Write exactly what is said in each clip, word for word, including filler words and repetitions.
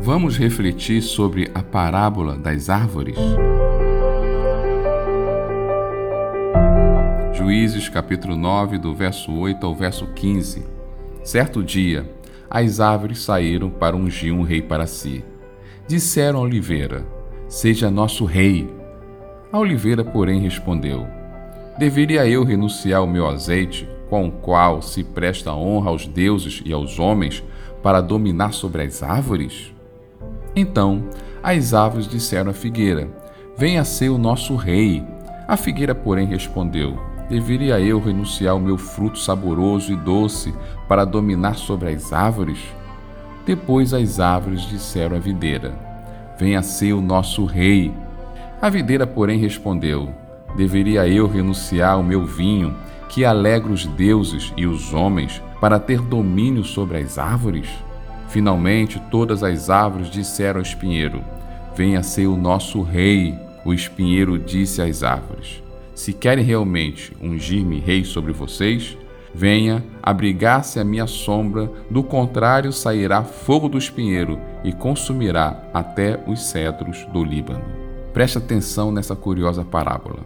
Vamos refletir sobre a parábola das árvores? Juízes capítulo nove, do verso oito ao verso quinze. Certo dia, as árvores saíram para ungir um rei para si. Disseram a oliveira: seja nosso rei. A oliveira, porém, respondeu: deveria eu renunciar ao meu azeite, com o qual se presta honra aos deuses e aos homens, para dominar sobre as árvores? Então as árvores disseram à figueira: venha ser o nosso rei. A figueira, porém, respondeu: deveria eu renunciar ao meu fruto saboroso e doce para dominar sobre as árvores? Depois as árvores disseram à videira: venha ser o nosso rei. A videira, porém, respondeu: deveria eu renunciar ao meu vinho, que alegra os deuses e os homens, para ter domínio sobre as árvores? Finalmente, todas as árvores disseram ao espinheiro: venha ser o nosso rei. O espinheiro disse às árvores: se querem realmente ungir-me rei sobre vocês, venha abrigar-se à minha sombra, do contrário sairá fogo do espinheiro e consumirá até os cedros do Líbano. Preste atenção nessa curiosa parábola.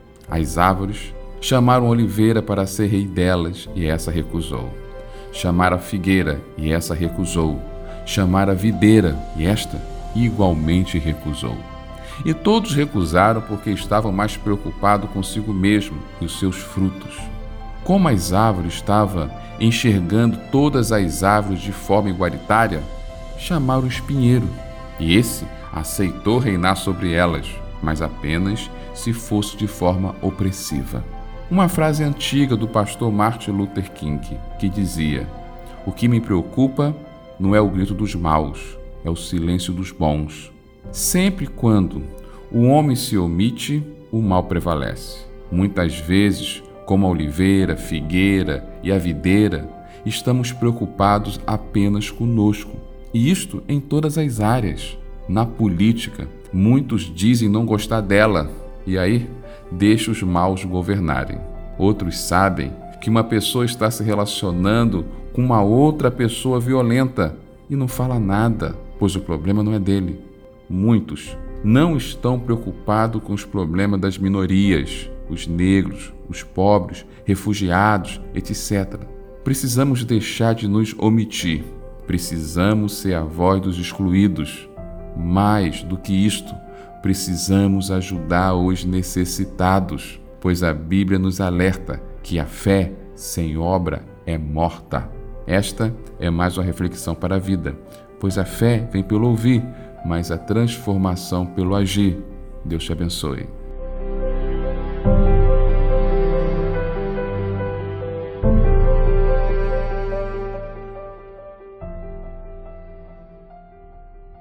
As árvores chamaram a oliveira para ser rei delas, e essa recusou. Chamaram a figueira, e essa recusou. Chamaram a videira, e esta igualmente recusou. E todos recusaram porque estavam mais preocupados consigo mesmo e os seus frutos. Como as árvores estavam enxergando todas as árvores de forma igualitária, chamaram o espinheiro, e esse aceitou reinar sobre elas, mas apenas se fosse de forma opressiva. Uma frase antiga do pastor Martin Luther King, que dizia: o que me preocupa não é o grito dos maus, é o silêncio dos bons. Sempre quando o homem se omite, o mal prevalece. Muitas vezes, como a oliveira, figueira e a videira, estamos preocupados apenas conosco, e isto em todas as áreas. Na política, muitos dizem não gostar dela, e aí deixa os maus governarem. Outros sabem que uma pessoa está se relacionando com uma outra pessoa violenta e não fala nada, pois o problema não é dele. Muitos não estão preocupados com os problemas das minorias, os negros, os pobres, refugiados, etcétera. Precisamos deixar de nos omitir. Precisamos ser a voz dos excluídos. Mais do que isto, precisamos ajudar os necessitados, pois a Bíblia nos alerta que a fé sem obra é morta. Esta é mais uma reflexão para a vida, pois a fé vem pelo ouvir, mas a transformação pelo agir. Deus te abençoe.